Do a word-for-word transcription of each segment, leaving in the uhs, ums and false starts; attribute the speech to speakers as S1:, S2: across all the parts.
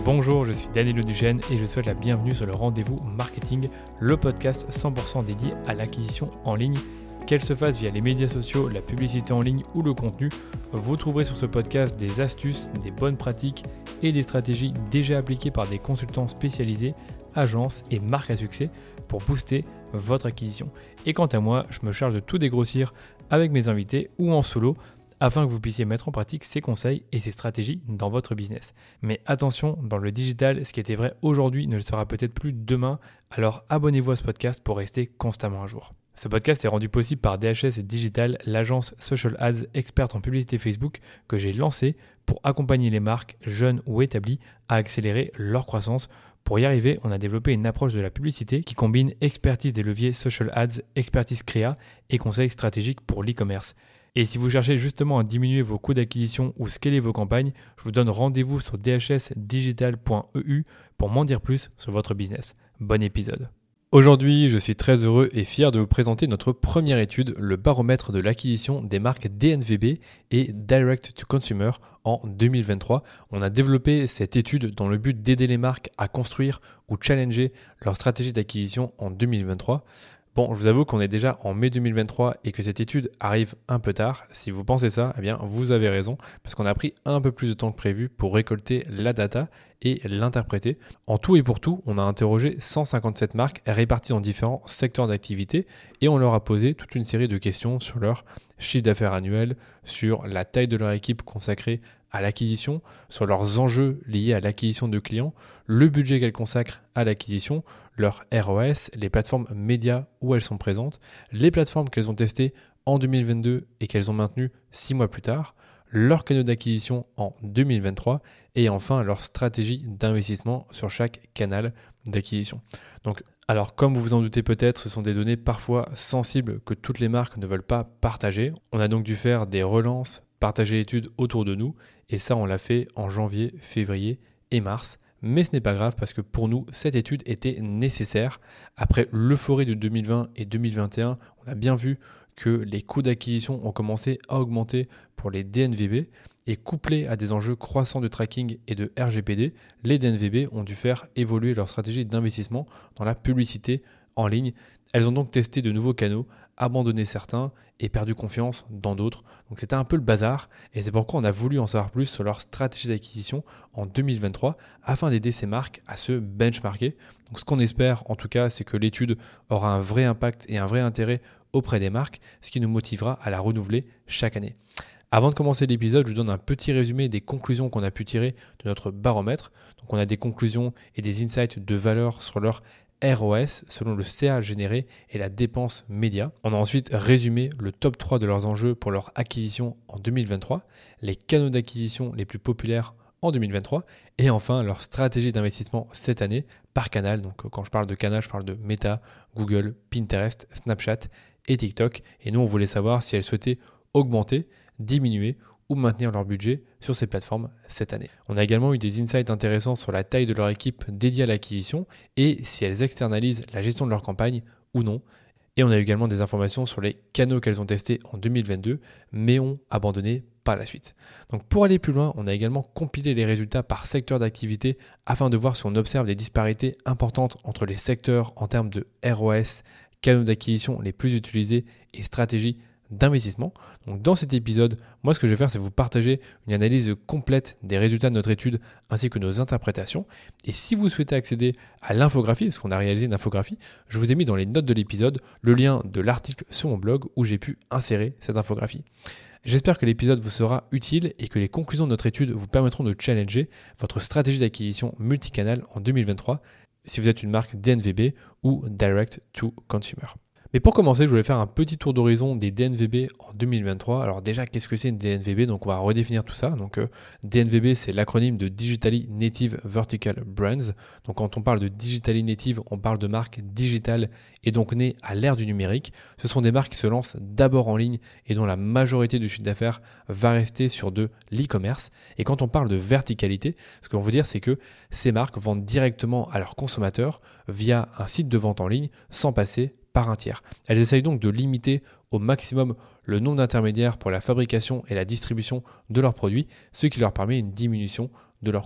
S1: Bonjour, je suis Daniel Duchesne et je souhaite la bienvenue sur le Rendez-vous Marketing, le podcast cent pour cent dédié à l'acquisition en ligne. Qu'elle se fasse via les médias sociaux, la publicité en ligne ou le contenu, vous trouverez sur ce podcast des astuces, des bonnes pratiques et des stratégies déjà appliquées par des consultants spécialisés, agences et marques à succès pour booster votre acquisition. Et quant à moi, je me charge de tout dégrossir avec mes invités ou en solo afin que vous puissiez mettre en pratique ces conseils et ces stratégies dans votre business. Mais attention, dans le digital, ce qui était vrai aujourd'hui ne le sera peut-être plus demain, alors abonnez-vous à ce podcast pour rester constamment à jour. Ce podcast est rendu possible par D H S Digital, l'agence Social Ads experte en publicité Facebook que j'ai lancée pour accompagner les marques, jeunes ou établies, à accélérer leur croissance. Pour y arriver, on a développé une approche de la publicité qui combine expertise des leviers Social Ads, expertise créa et conseils stratégiques pour l'e-commerce. Et si vous cherchez justement à diminuer vos coûts d'acquisition ou scaler vos campagnes, je vous donne rendez-vous sur d h s digital point e u pour m'en dire plus sur votre business. Bon épisode. Aujourd'hui, je suis très heureux et fier de vous présenter notre première étude, le baromètre de l'acquisition des marques D N V B et Direct to Consumer en deux mille vingt-trois. On a développé cette étude dans le but d'aider les marques à construire ou challenger leur stratégie d'acquisition en deux mille vingt-trois. Bon, je vous avoue qu'on est déjà en mai deux mille vingt-trois et que cette étude arrive un peu tard. Si vous pensez ça, eh bien, vous avez raison, parce qu'on a pris un peu plus de temps que prévu pour récolter la data et l'interpréter. En tout et pour tout, on a interrogé cent cinquante-sept marques réparties dans différents secteurs d'activité et on leur a posé toute une série de questions sur leur chiffre d'affaires annuel, sur la taille de leur équipe consacrée à l'acquisition, sur leurs enjeux liés à l'acquisition de clients, le budget qu'elles consacrent à l'acquisition, leur R O S, les plateformes médias où elles sont présentes, les plateformes qu'elles ont testées en deux mille vingt-deux et qu'elles ont maintenues six mois plus tard, leurs canaux d'acquisition en deux mille vingt-trois et enfin leur stratégie d'investissement sur chaque canal d'acquisition. Donc, alors comme vous vous en doutez peut-être, ce sont des données parfois sensibles que toutes les marques ne veulent pas partager. On a donc dû faire des relances, partager l'étude autour de nous et ça on l'a fait en janvier, février et mars. Mais ce n'est pas grave parce que pour nous, cette étude était nécessaire. Après l'euphorie de deux mille vingt et deux mille vingt et un, on a bien vu que les coûts d'acquisition ont commencé à augmenter pour les D N V B et couplés à des enjeux croissants de tracking et de R G P D, les D N V B ont dû faire évoluer leur stratégie d'investissement dans la publicité en ligne. Elles ont donc testé de nouveaux canaux, abandonné certains et perdu confiance dans d'autres. Donc c'était un peu le bazar et c'est pourquoi on a voulu en savoir plus sur leur stratégie d'acquisition en deux mille vingt-trois afin d'aider ces marques à se benchmarker. Donc ce qu'on espère en tout cas, c'est que l'étude aura un vrai impact et un vrai intérêt auprès des marques, ce qui nous motivera à la renouveler chaque année. Avant de commencer l'épisode, je vous donne un petit résumé des conclusions qu'on a pu tirer de notre baromètre. Donc on a des conclusions et des insights de valeur sur leur R O S selon le C A généré et la dépense média. On a ensuite résumé le top trois de leurs enjeux pour leur acquisition en deux mille vingt-trois, les canaux d'acquisition les plus populaires en deux mille vingt-trois et enfin leur stratégie d'investissement cette année par canal. Donc quand je parle de canal, je parle de Meta, Google, Pinterest, Snapchat et TikTok. Et nous, on voulait savoir si elles souhaitaient augmenter, diminuer ou maintenir leur budget sur ces plateformes cette année. On a également eu des insights intéressants sur la taille de leur équipe dédiée à l'acquisition et si elles externalisent la gestion de leur campagne ou non. Et on a également des informations sur les canaux qu'elles ont testés en deux mille vingt-deux mais ont abandonné par la suite. Donc pour aller plus loin, on a également compilé les résultats par secteur d'activité afin de voir si on observe des disparités importantes entre les secteurs en termes de R O S, canaux d'acquisition les plus utilisés et stratégies d'investissement. Donc dans cet épisode, moi ce que je vais faire, c'est vous partager une analyse complète des résultats de notre étude ainsi que nos interprétations. Et si vous souhaitez accéder à l'infographie, parce qu'on a réalisé une infographie, je vous ai mis dans les notes de l'épisode le lien de l'article sur mon blog où j'ai pu insérer cette infographie. J'espère que l'épisode vous sera utile et que les conclusions de notre étude vous permettront de challenger votre stratégie d'acquisition multicanal en deux mille vingt-trois si vous êtes une marque D N V B ou Direct to Consumer. Mais pour commencer, je voulais faire un petit tour d'horizon des D N V B en deux mille vingt-trois. Alors déjà, qu'est-ce que c'est une D N V B? Donc on va redéfinir tout ça. Donc euh, D N V B, c'est l'acronyme de Digitally Native Vertical Brands. Donc quand on parle de Digitally Native, on parle de marques digitales et donc nées à l'ère du numérique. Ce sont des marques qui se lancent d'abord en ligne et dont la majorité du chiffre d'affaires va rester sur de l'e-commerce. Et quand on parle de verticalité, ce qu'on veut dire, c'est que ces marques vendent directement à leurs consommateurs via un site de vente en ligne sans passer par un tiers. Elles essayent donc de limiter au maximum le nombre d'intermédiaires pour la fabrication et la distribution de leurs produits, ce qui leur permet une diminution de leurs coûts.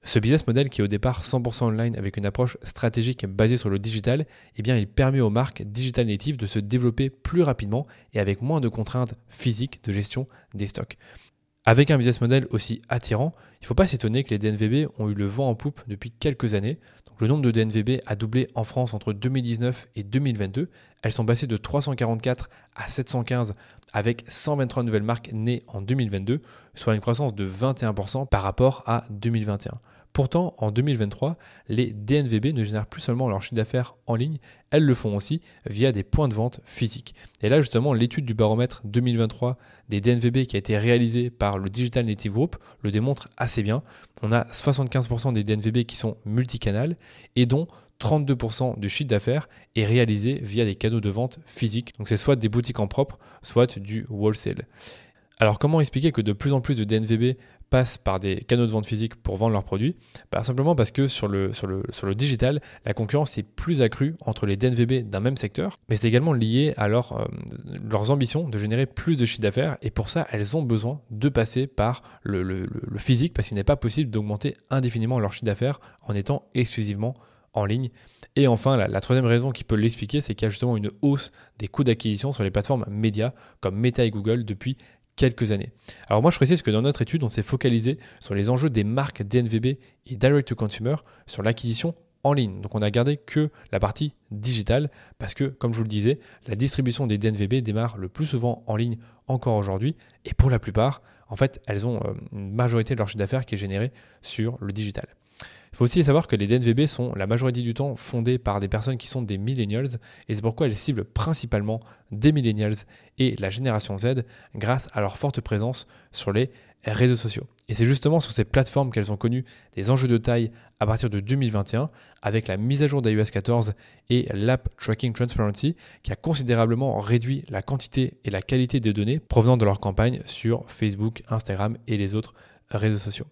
S1: Ce business model qui est au départ cent pour cent online avec une approche stratégique basée sur le digital, eh bien, il permet aux marques digital natives de se développer plus rapidement et avec moins de contraintes physiques de gestion des stocks. Avec un business model aussi attirant, il ne faut pas s'étonner que les D N V B ont eu le vent en poupe depuis quelques années. Donc, le nombre de D N V B a doublé en France entre deux mille dix-neuf et deux mille vingt-deux. Elles sont passées de trois cent quarante-quatre à sept cent quinze avec cent vingt-trois nouvelles marques nées en deux mille vingt-deux, soit une croissance de vingt et un pour cent par rapport à deux mille vingt et un. Pourtant, en deux mille vingt-trois, les D N V B ne génèrent plus seulement leur chiffre d'affaires en ligne, elles le font aussi via des points de vente physiques. Et là, justement, l'étude du baromètre deux mille vingt-trois des D N V B qui a été réalisée par le Digital Native Group le démontre assez bien. On a soixante-quinze pour cent des D N V B qui sont multicanales et dont trente-deux pour cent du chiffre d'affaires est réalisé via des canaux de vente physiques. Donc c'est soit des boutiques en propre, soit du wholesale. Alors comment expliquer que de plus en plus de D N V B passent par des canaux de vente physiques pour vendre leurs produits ? Bah, simplement parce que sur le, sur, le, sur le digital, la concurrence est plus accrue entre les D N V B d'un même secteur, mais c'est également lié à leur, euh, leurs ambitions de générer plus de chiffre d'affaires et pour ça, elles ont besoin de passer par le, le, le physique parce qu'il n'est pas possible d'augmenter indéfiniment leur chiffre d'affaires en étant exclusivement en ligne. Et enfin, la, la troisième raison qui peut l'expliquer, c'est qu'il y a justement une hausse des coûts d'acquisition sur les plateformes médias comme Meta et Google depuis quelques années. Alors moi je précise que dans notre étude on s'est focalisé sur les enjeux des marques D N V B et Direct to Consumer sur l'acquisition en ligne. Donc on a gardé que la partie digitale parce que comme je vous le disais, la distribution des D N V B démarre le plus souvent en ligne encore aujourd'hui et pour la plupart, en fait, elles ont une majorité de leur chiffre d'affaires qui est généré sur le digital. Il faut aussi savoir que les D N V B sont la majorité du temps fondés par des personnes qui sont des millennials et c'est pourquoi elles ciblent principalement des millennials et la génération Z grâce à leur forte présence sur les réseaux sociaux. Et c'est justement sur ces plateformes qu'elles ont connu des enjeux de taille à partir de deux mille vingt et un avec la mise à jour d'i O S quatorze et l'App Tracking Transparency qui a considérablement réduit la quantité et la qualité des données provenant de leurs campagnes sur Facebook, Instagram et les autres réseaux sociaux.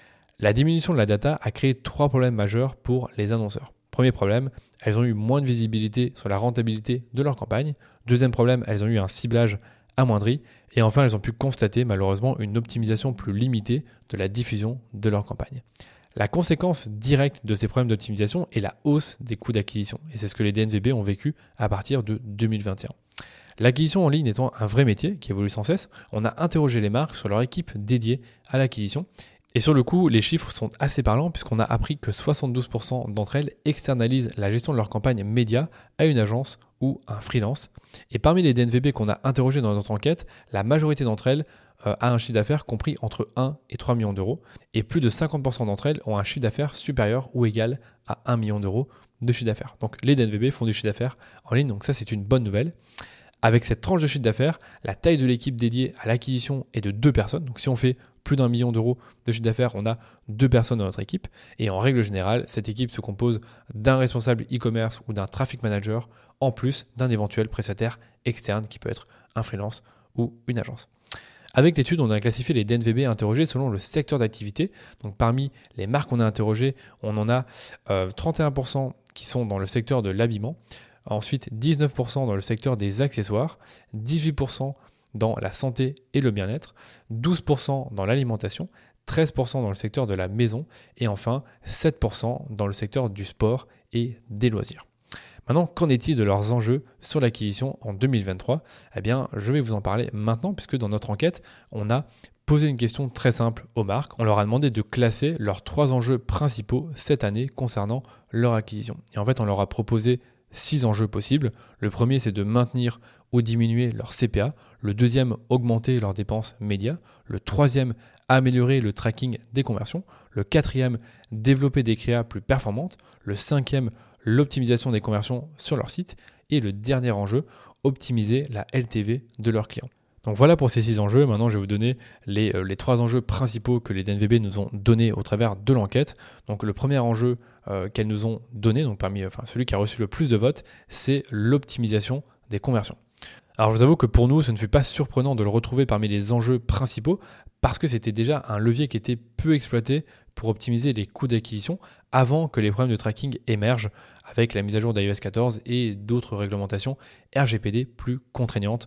S1: La diminution de la data a créé trois problèmes majeurs pour les annonceurs. Premier problème, elles ont eu moins de visibilité sur la rentabilité de leur campagne. Deuxième problème, elles ont eu un ciblage amoindri. Et enfin, elles ont pu constater malheureusement une optimisation plus limitée de la diffusion de leur campagne. La conséquence directe de ces problèmes d'optimisation est la hausse des coûts d'acquisition. Et c'est ce que les D N V B ont vécu à partir de deux mille vingt et un. L'acquisition en ligne étant un vrai métier qui évolue sans cesse, on a interrogé les marques sur leur équipe dédiée à l'acquisition. Et sur le coup, les chiffres sont assez parlants puisqu'on a appris que soixante-douze pour cent d'entre elles externalisent la gestion de leur campagne média à une agence ou un freelance. Et parmi les D N V B qu'on a interrogés dans notre enquête, la majorité d'entre elles euh, a un chiffre d'affaires compris entre un et trois millions d'euros. Et plus de cinquante pour cent d'entre elles ont un chiffre d'affaires supérieur ou égal à un million d'euros de chiffre d'affaires. Donc les D N V B font du chiffre d'affaires en ligne, donc ça c'est une bonne nouvelle. Avec cette tranche de chiffre d'affaires, la taille de l'équipe dédiée à l'acquisition est de deux personnes. Donc si on fait plus d'un million d'euros de chiffre d'affaires, on a deux personnes dans notre équipe. Et en règle générale, cette équipe se compose d'un responsable e-commerce ou d'un traffic manager, en plus d'un éventuel prestataire externe qui peut être un freelance ou une agence. Avec l'étude, on a classifié les D N V B interrogés selon le secteur d'activité. Donc parmi les marques qu'on a interrogées, on en a euh, trente et un pour cent qui sont dans le secteur de l'habillement. Ensuite, dix-neuf pour cent dans le secteur des accessoires, dix-huit pour cent dans la santé et le bien-être, douze pour cent dans l'alimentation, treize pour cent dans le secteur de la maison et enfin sept pour cent dans le secteur du sport et des loisirs. Maintenant, qu'en est-il de leurs enjeux sur l'acquisition en deux mille vingt-trois ? Eh bien, je vais vous en parler maintenant puisque dans notre enquête, on a posé une question très simple aux marques. On leur a demandé de classer leurs trois enjeux principaux cette année concernant leur acquisition. Et en fait, on leur a proposé six enjeux possibles. Le premier, c'est de maintenir ou diminuer leur C P A. Le deuxième, augmenter leurs dépenses médias. Le troisième, améliorer le tracking des conversions. Le quatrième, développer des créas plus performantes. Le cinquième, l'optimisation des conversions sur leur site. Et le dernier enjeu, optimiser la L T V de leurs clients. Donc voilà pour ces six enjeux. Maintenant, je vais vous donner les, euh, les trois enjeux principaux que les D N V B nous ont donnés au travers de l'enquête. Donc le premier enjeu euh, qu'elles nous ont donné, donc parmi, enfin, celui qui a reçu le plus de votes, c'est l'optimisation des conversions. Alors je vous avoue que pour nous, ce ne fut pas surprenant de le retrouver parmi les enjeux principaux parce que c'était déjà un levier qui était peu exploité pour optimiser les coûts d'acquisition avant que les problèmes de tracking émergent avec la mise à jour d'i O S quatorze et d'autres réglementations R G P D plus contraignantes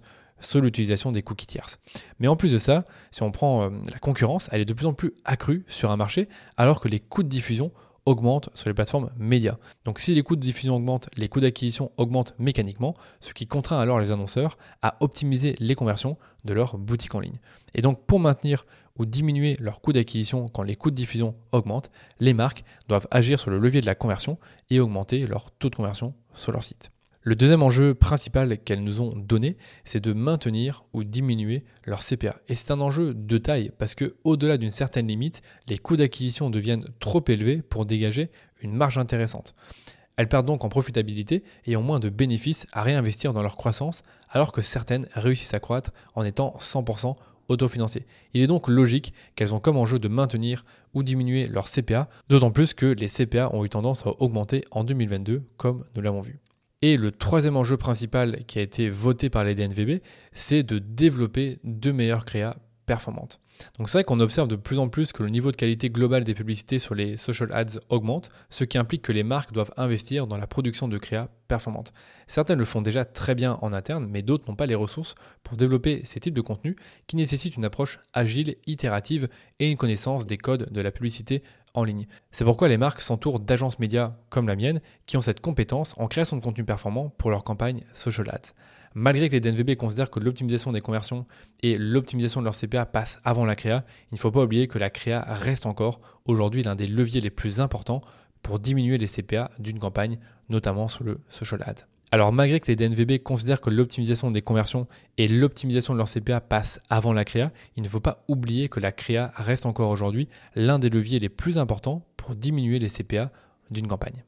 S1: sur l'utilisation des cookies tierces. Mais en plus de ça, si on prend euh, la concurrence, elle est de plus en plus accrue sur un marché alors que les coûts de diffusion augmentent sur les plateformes médias. Donc si les coûts de diffusion augmentent, les coûts d'acquisition augmentent mécaniquement, ce qui contraint alors les annonceurs à optimiser les conversions de leurs boutiques en ligne. Et donc pour maintenir ou diminuer leurs coûts d'acquisition quand les coûts de diffusion augmentent, les marques doivent agir sur le levier de la conversion et augmenter leur taux de conversion sur leur site. Le deuxième enjeu principal qu'elles nous ont donné, c'est de maintenir ou diminuer leur C P A. Et c'est un enjeu de taille parce que au-delà d'une certaine limite, les coûts d'acquisition deviennent trop élevés pour dégager une marge intéressante. Elles perdent donc en profitabilité et ont moins de bénéfices à réinvestir dans leur croissance, alors que certaines réussissent à croître en étant cent pour cent autofinancées. Il est donc logique qu'elles ont comme enjeu de maintenir ou diminuer leur C P A, d'autant plus que les C P A ont eu tendance à augmenter en deux mille vingt-deux, comme nous l'avons vu. Et le troisième enjeu principal qui a été voté par les D N V B, c'est de développer de meilleures créas performantes. Donc c'est vrai qu'on observe de plus en plus que le niveau de qualité globale des publicités sur les social ads augmente, ce qui implique que les marques doivent investir dans la production de créas performantes. Certaines le font déjà très bien en interne, mais d'autres n'ont pas les ressources pour développer ces types de contenus qui nécessitent une approche agile, itérative et une connaissance des codes de la publicité en ligne. C'est pourquoi les marques s'entourent d'agences médias comme la mienne qui ont cette compétence en création de contenu performant pour leurs campagnes social ads. Malgré que les D N V B considèrent que l'optimisation des conversions et l'optimisation de leur C P A passent avant la créa, il ne faut pas oublier que la créa reste encore aujourd'hui l'un des leviers les plus importants pour diminuer les C P A d'une campagne, notamment sur le social ad. Alors malgré que les D N V B considèrent que l'optimisation des conversions et l'optimisation de leur C P A passent avant la créa, il ne faut pas oublier que la créa reste encore aujourd'hui l'un des leviers les plus importants pour diminuer les C P A d'une campagne.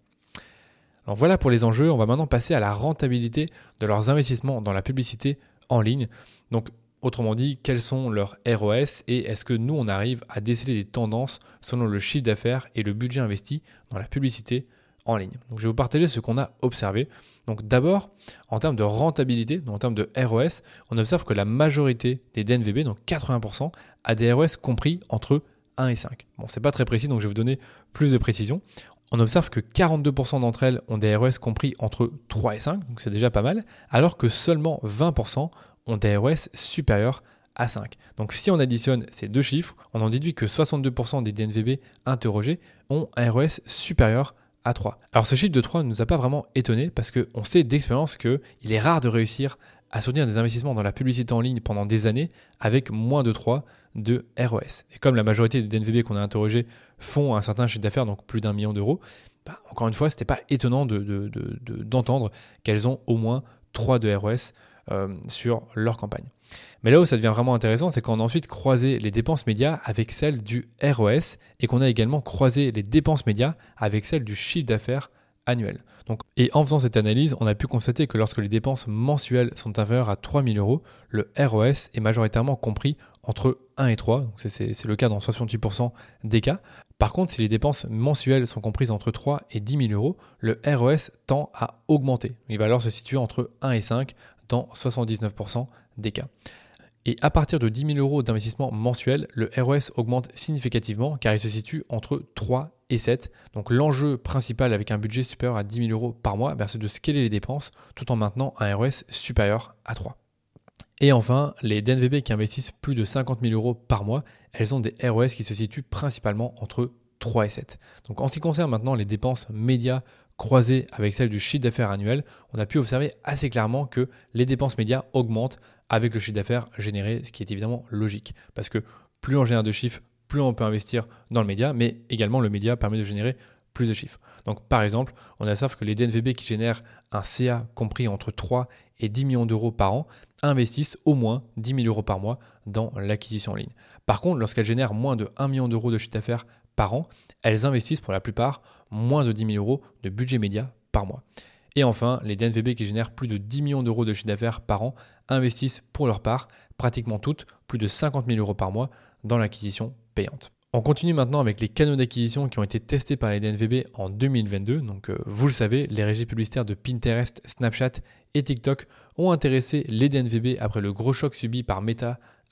S1: Alors voilà pour les enjeux, on va maintenant passer à la rentabilité de leurs investissements dans la publicité en ligne. Donc autrement dit, quels sont leurs R O S et est-ce que nous on arrive à déceler des tendances selon le chiffre d'affaires et le budget investi dans la publicité en ligne. Donc je vais vous partager ce qu'on a observé. Donc d'abord, en termes de rentabilité, donc en termes de R O S, on observe que la majorité des D N V B, donc quatre-vingts pour cent, a des R O S compris entre un et cinq. Bon, c'est pas très précis, donc je vais vous donner plus de précision. On observe que quarante-deux pour cent d'entre elles ont des R O S compris entre trois et cinq, donc c'est déjà pas mal, alors que seulement vingt pour cent ont des R O S supérieurs à cinq. Donc si on additionne ces deux chiffres, on en déduit que soixante-deux pour cent des D N V B interrogés ont un R O S supérieur à trois. Alors ce chiffre de trois ne nous a pas vraiment étonné parce qu'on sait d'expérience qu'il est rare de réussir à soutenir des investissements dans la publicité en ligne pendant des années avec moins de trois de R O S. Et comme la majorité des D N V B qu'on a interrogés font un certain chiffre d'affaires, donc plus d'un million d'euros, bah, encore une fois, ce n'était pas étonnant de, de, de, de, d'entendre qu'elles ont au moins trois de R O S euh, sur leur campagne. Mais là où ça devient vraiment intéressant, c'est qu'on a ensuite croisé les dépenses médias avec celles du R O S et qu'on a également croisé les dépenses médias avec celles du chiffre d'affaires annuel. Donc, et en faisant cette analyse, on a pu constater que lorsque les dépenses mensuelles sont inférieures à trois mille euros, le R O S est majoritairement compris entre un et trois, donc c'est, c'est, c'est le cas dans soixante-huit pour cent des cas. Par contre, si les dépenses mensuelles sont comprises entre trois et dix mille euros, le R O S tend à augmenter. Il va alors se situer entre un et cinq dans soixante-dix-neuf pour cent des cas. Et à partir de dix mille euros d'investissement mensuel, le R O S augmente significativement car il se situe entre trois et sept. Donc l'enjeu principal avec un budget supérieur à dix mille euros par mois, c'est de scaler les dépenses tout en maintenant un R O S supérieur à trois. Et enfin, les D N V B qui investissent plus de cinquante mille euros par mois, elles ont des R O S qui se situent principalement entre trois et sept. Donc en ce qui concerne maintenant les dépenses médias croisées avec celles du chiffre d'affaires annuel, on a pu observer assez clairement que les dépenses médias augmentent avec le chiffre d'affaires généré, ce qui est évidemment logique. Parce que plus on génère de chiffres, plus on peut investir dans le média, mais également le média permet de générer plus de chiffres. Donc par exemple, on observe que les D N V B qui génèrent un C A compris entre trois et dix millions d'euros par an investissent au moins dix mille euros par mois dans l'acquisition en ligne. Par contre, lorsqu'elles génèrent moins de un million d'euros de chiffre d'affaires par an, elles investissent pour la plupart moins de dix mille euros de budget média par mois. Et enfin, les D N V B qui génèrent plus de dix millions d'euros de chiffre d'affaires par an investissent pour leur part, pratiquement toutes, plus de cinquante mille euros par mois dans l'acquisition payante. On continue maintenant avec les canaux d'acquisition qui ont été testés par les D N V B en deux mille vingt-deux. Donc euh, vous le savez, les régies publicitaires de Pinterest, Snapchat et TikTok ont intéressé les D N V B après le gros choc subi par Meta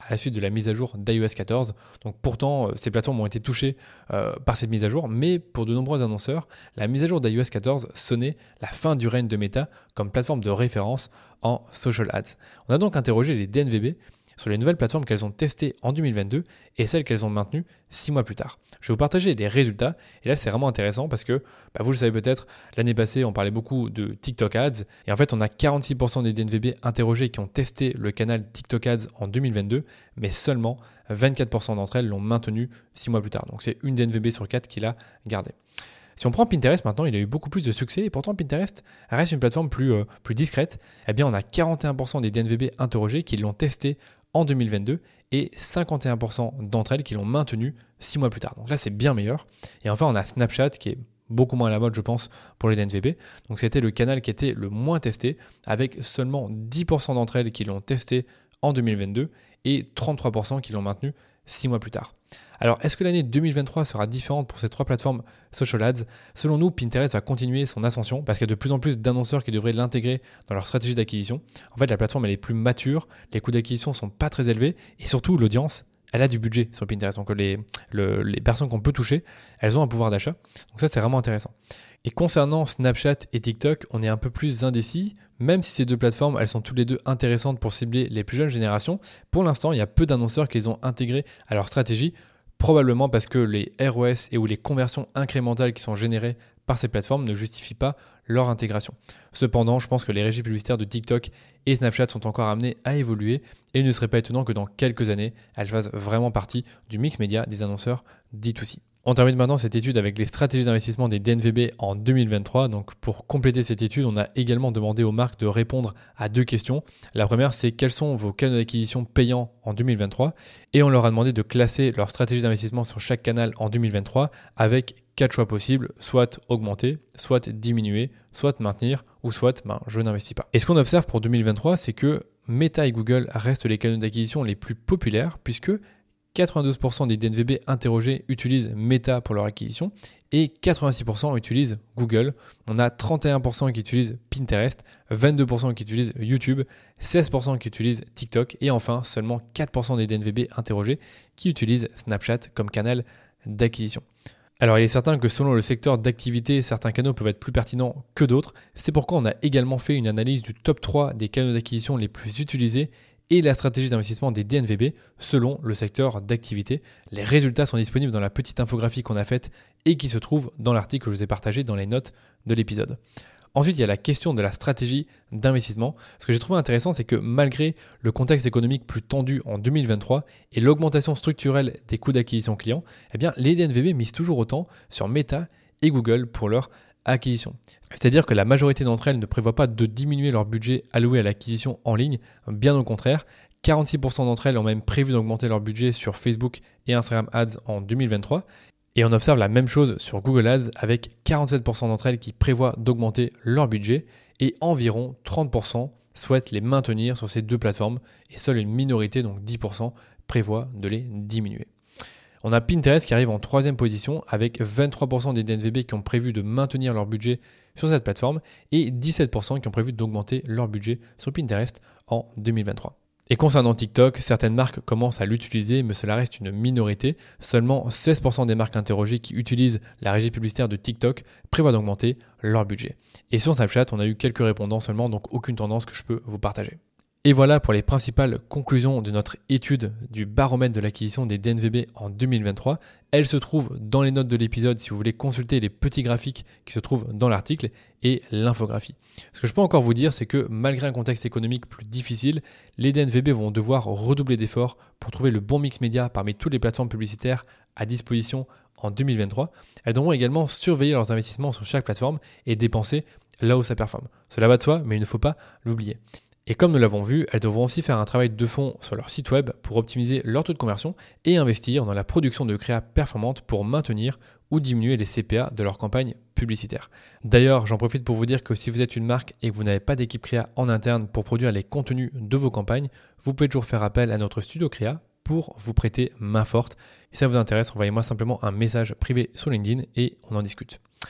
S1: à la suite de la mise à jour d'i O S quatorze. Donc pourtant, ces plateformes ont été touchées euh, par cette mise à jour, mais pour de nombreux annonceurs, la mise à jour d'i O S quatorze sonnait la fin du règne de Meta comme plateforme de référence en social ads. On a donc interrogé les D N V B sur les nouvelles plateformes qu'elles ont testées en deux mille vingt-deux et celles qu'elles ont maintenues six mois plus tard. Je vais vous partager les résultats et là c'est vraiment intéressant parce que bah, vous le savez peut-être, l'année passée on parlait beaucoup de TikTok Ads et en fait on a quarante-six pour cent des D N V B interrogés qui ont testé le canal TikTok Ads en deux mille vingt-deux, mais seulement vingt-quatre pour cent d'entre elles l'ont maintenu six mois plus tard. Donc c'est une D N V B sur quatre qui l'a gardé. Si on prend Pinterest maintenant, il a eu beaucoup plus de succès et pourtant Pinterest reste une plateforme plus, euh, plus discrète. Eh bien on a quarante et un pour cent des D N V B interrogés qui l'ont testé en deux mille vingt-deux et cinquante et un pour cent d'entre elles qui l'ont maintenu six mois plus tard. Donc là, c'est bien meilleur. Et enfin, on a Snapchat qui est beaucoup moins à la mode, je pense, pour les D N V B. Donc c'était le canal qui était le moins testé avec seulement dix pour cent d'entre elles qui l'ont testé en deux mille vingt-deux et trente-trois pour cent qui l'ont maintenu six mois plus tard. Alors, est-ce que l'année deux mille vingt-trois sera différente pour ces trois plateformes social ads ? Selon nous, Pinterest va continuer son ascension parce qu'il y a de plus en plus d'annonceurs qui devraient l'intégrer dans leur stratégie d'acquisition. En fait, la plateforme elle est plus mature, les coûts d'acquisition sont pas très élevés et surtout l'audience, elle a du budget sur Pinterest. Donc les, le, les personnes qu'on peut toucher, elles ont un pouvoir d'achat. Donc ça, c'est vraiment intéressant. Et concernant Snapchat et TikTok, on est un peu plus indécis. Même si ces deux plateformes, elles sont toutes les deux intéressantes pour cibler les plus jeunes générations, pour l'instant, il y a peu d'annonceurs qui les ont intégrés à leur stratégie, probablement parce que les R O S et ou les conversions incrémentales qui sont générées par ces plateformes ne justifient pas leur intégration. Cependant, je pense que les régies publicitaires de TikTok et Snapchat sont encore amenées à évoluer et il ne serait pas étonnant que dans quelques années, elles fassent vraiment partie du mix média des annonceurs D deux C. On termine maintenant cette étude avec les stratégies d'investissement des D N V B en deux mille vingt-trois. Donc pour compléter cette étude, on a également demandé aux marques de répondre à deux questions. La première, c'est quels sont vos canaux d'acquisition payants en deux mille vingt-trois ? Et on leur a demandé de classer leur stratégie d'investissement sur chaque canal en deux mille vingt-trois avec quatre choix possibles, soit augmenter, soit diminuer, soit maintenir ou soit ben, je n'investis pas. Et ce qu'on observe pour deux mille vingt-trois, c'est que Meta et Google restent les canaux d'acquisition les plus populaires puisque quatre-vingt-douze pour cent des D N V B interrogés utilisent Meta pour leur acquisition et quatre-vingt-six pour cent utilisent Google. On a trente et un pour cent qui utilisent Pinterest, vingt-deux pour cent qui utilisent YouTube, seize pour cent qui utilisent TikTok et enfin seulement quatre pour cent des D N V B interrogés qui utilisent Snapchat comme canal d'acquisition. Alors il est certain que selon le secteur d'activité, certains canaux peuvent être plus pertinents que d'autres. C'est pourquoi on a également fait une analyse du top trois des canaux d'acquisition les plus utilisés et la stratégie d'investissement des D N V B selon le secteur d'activité. Les résultats sont disponibles dans la petite infographie qu'on a faite et qui se trouve dans l'article que je vous ai partagé dans les notes de l'épisode. Ensuite, il y a la question de la stratégie d'investissement. Ce que j'ai trouvé intéressant, c'est que malgré le contexte économique plus tendu en deux mille vingt-trois et l'augmentation structurelle des coûts d'acquisition clients, eh bien, les D N V B misent toujours autant sur Meta et Google pour leur acquisition. C'est-à-dire que la majorité d'entre elles ne prévoient pas de diminuer leur budget alloué à l'acquisition en ligne, bien au contraire. quarante-six pour cent d'entre elles ont même prévu d'augmenter leur budget sur Facebook et Instagram Ads en deux mille vingt-trois. Et on observe la même chose sur Google Ads avec quarante-sept pour cent d'entre elles qui prévoient d'augmenter leur budget et environ trente pour cent souhaitent les maintenir sur ces deux plateformes et seule une minorité, donc dix pour cent, prévoit de les diminuer. On a Pinterest qui arrive en troisième position avec vingt-trois pour cent des D N V B qui ont prévu de maintenir leur budget sur cette plateforme et dix-sept pour cent qui ont prévu d'augmenter leur budget sur Pinterest en deux mille vingt-trois. Et concernant TikTok, certaines marques commencent à l'utiliser, mais cela reste une minorité. Seulement seize pour cent des marques interrogées qui utilisent la régie publicitaire de TikTok prévoient d'augmenter leur budget. Et sur Snapchat, on a eu quelques répondants seulement, donc aucune tendance que je peux vous partager. Et voilà pour les principales conclusions de notre étude du baromètre de l'acquisition des D N V B en deux mille vingt-trois. Elles se trouvent dans les notes de l'épisode si vous voulez consulter les petits graphiques qui se trouvent dans l'article et l'infographie. Ce que je peux encore vous dire, c'est que malgré un contexte économique plus difficile, les D N V B vont devoir redoubler d'efforts pour trouver le bon mix média parmi toutes les plateformes publicitaires à disposition en deux mille vingt-trois. Elles devront également surveiller leurs investissements sur chaque plateforme et dépenser là où ça performe. Cela va de soi, mais il ne faut pas l'oublier. Et comme nous l'avons vu, elles devront aussi faire un travail de fond sur leur site web pour optimiser leur taux de conversion et investir dans la production de créa performantes pour maintenir ou diminuer les C P A de leur campagne publicitaire. D'ailleurs, j'en profite pour vous dire que si vous êtes une marque et que vous n'avez pas d'équipe créa en interne pour produire les contenus de vos campagnes, vous pouvez toujours faire appel à notre studio créa pour vous prêter main forte. Si ça vous intéresse, envoyez-moi simplement un message privé sur LinkedIn et on en discute.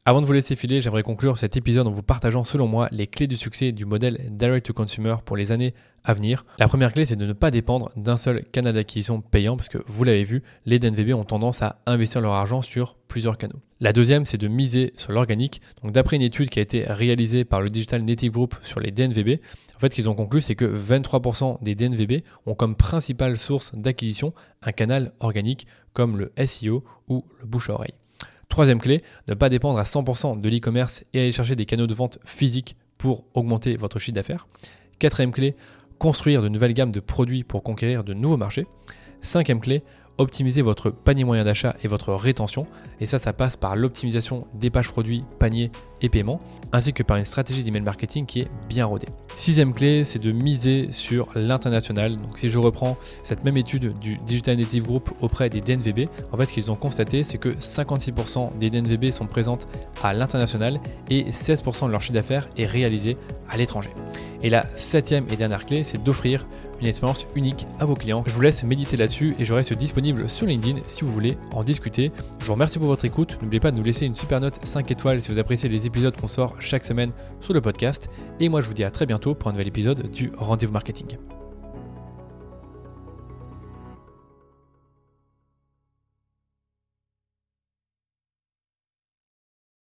S1: Avant de vous laisser filer, j'aimerais conclure cet épisode en vous partageant selon moi les clés du succès du modèle Direct to Consumer pour les années à venir. La première clé, c'est de ne pas dépendre d'un seul canal d'acquisition payant parce que vous l'avez vu, les D N V B ont tendance à investir leur argent sur plusieurs canaux. La deuxième, c'est de miser sur l'organique. Donc d'après une étude qui a été réalisée par le Digital Native Group sur les D N V B, en fait, ce qu'ils ont conclu, c'est que vingt-trois pour cent des D N V B ont comme principale source d'acquisition un canal organique comme le S E O ou le bouche à oreille. Troisième clé, ne pas dépendre à cent pour cent de l'e-commerce et aller chercher des canaux de vente physiques pour augmenter votre chiffre d'affaires. Quatrième clé, construire de nouvelles gammes de produits pour conquérir de nouveaux marchés. Cinquième clé, optimiser votre panier moyen d'achat et votre rétention. Et ça, ça passe par l'optimisation des pages produits, paniers et paiements, ainsi que par une stratégie d'email marketing qui est bien rodée. Sixième clé, c'est de miser sur l'international. Donc si je reprends cette même étude du Digital Native Group auprès des D N V B, en fait ce qu'ils ont constaté, c'est que cinquante-six pour cent des D N V B sont présentes à l'international et seize pour cent de leur chiffre d'affaires est réalisé à l'étranger. Et la septième et dernière clé, c'est d'offrir une expérience unique à vos clients. Je vous laisse méditer là-dessus et je reste disponible sur LinkedIn si vous voulez en discuter. Je vous remercie pour votre écoute. N'oubliez pas de nous laisser une super note cinq étoiles si vous appréciez les épisodes qu'on sort chaque semaine sur le podcast. Et moi, je vous dis à très bientôt pour un nouvel épisode du Rendez-vous Marketing.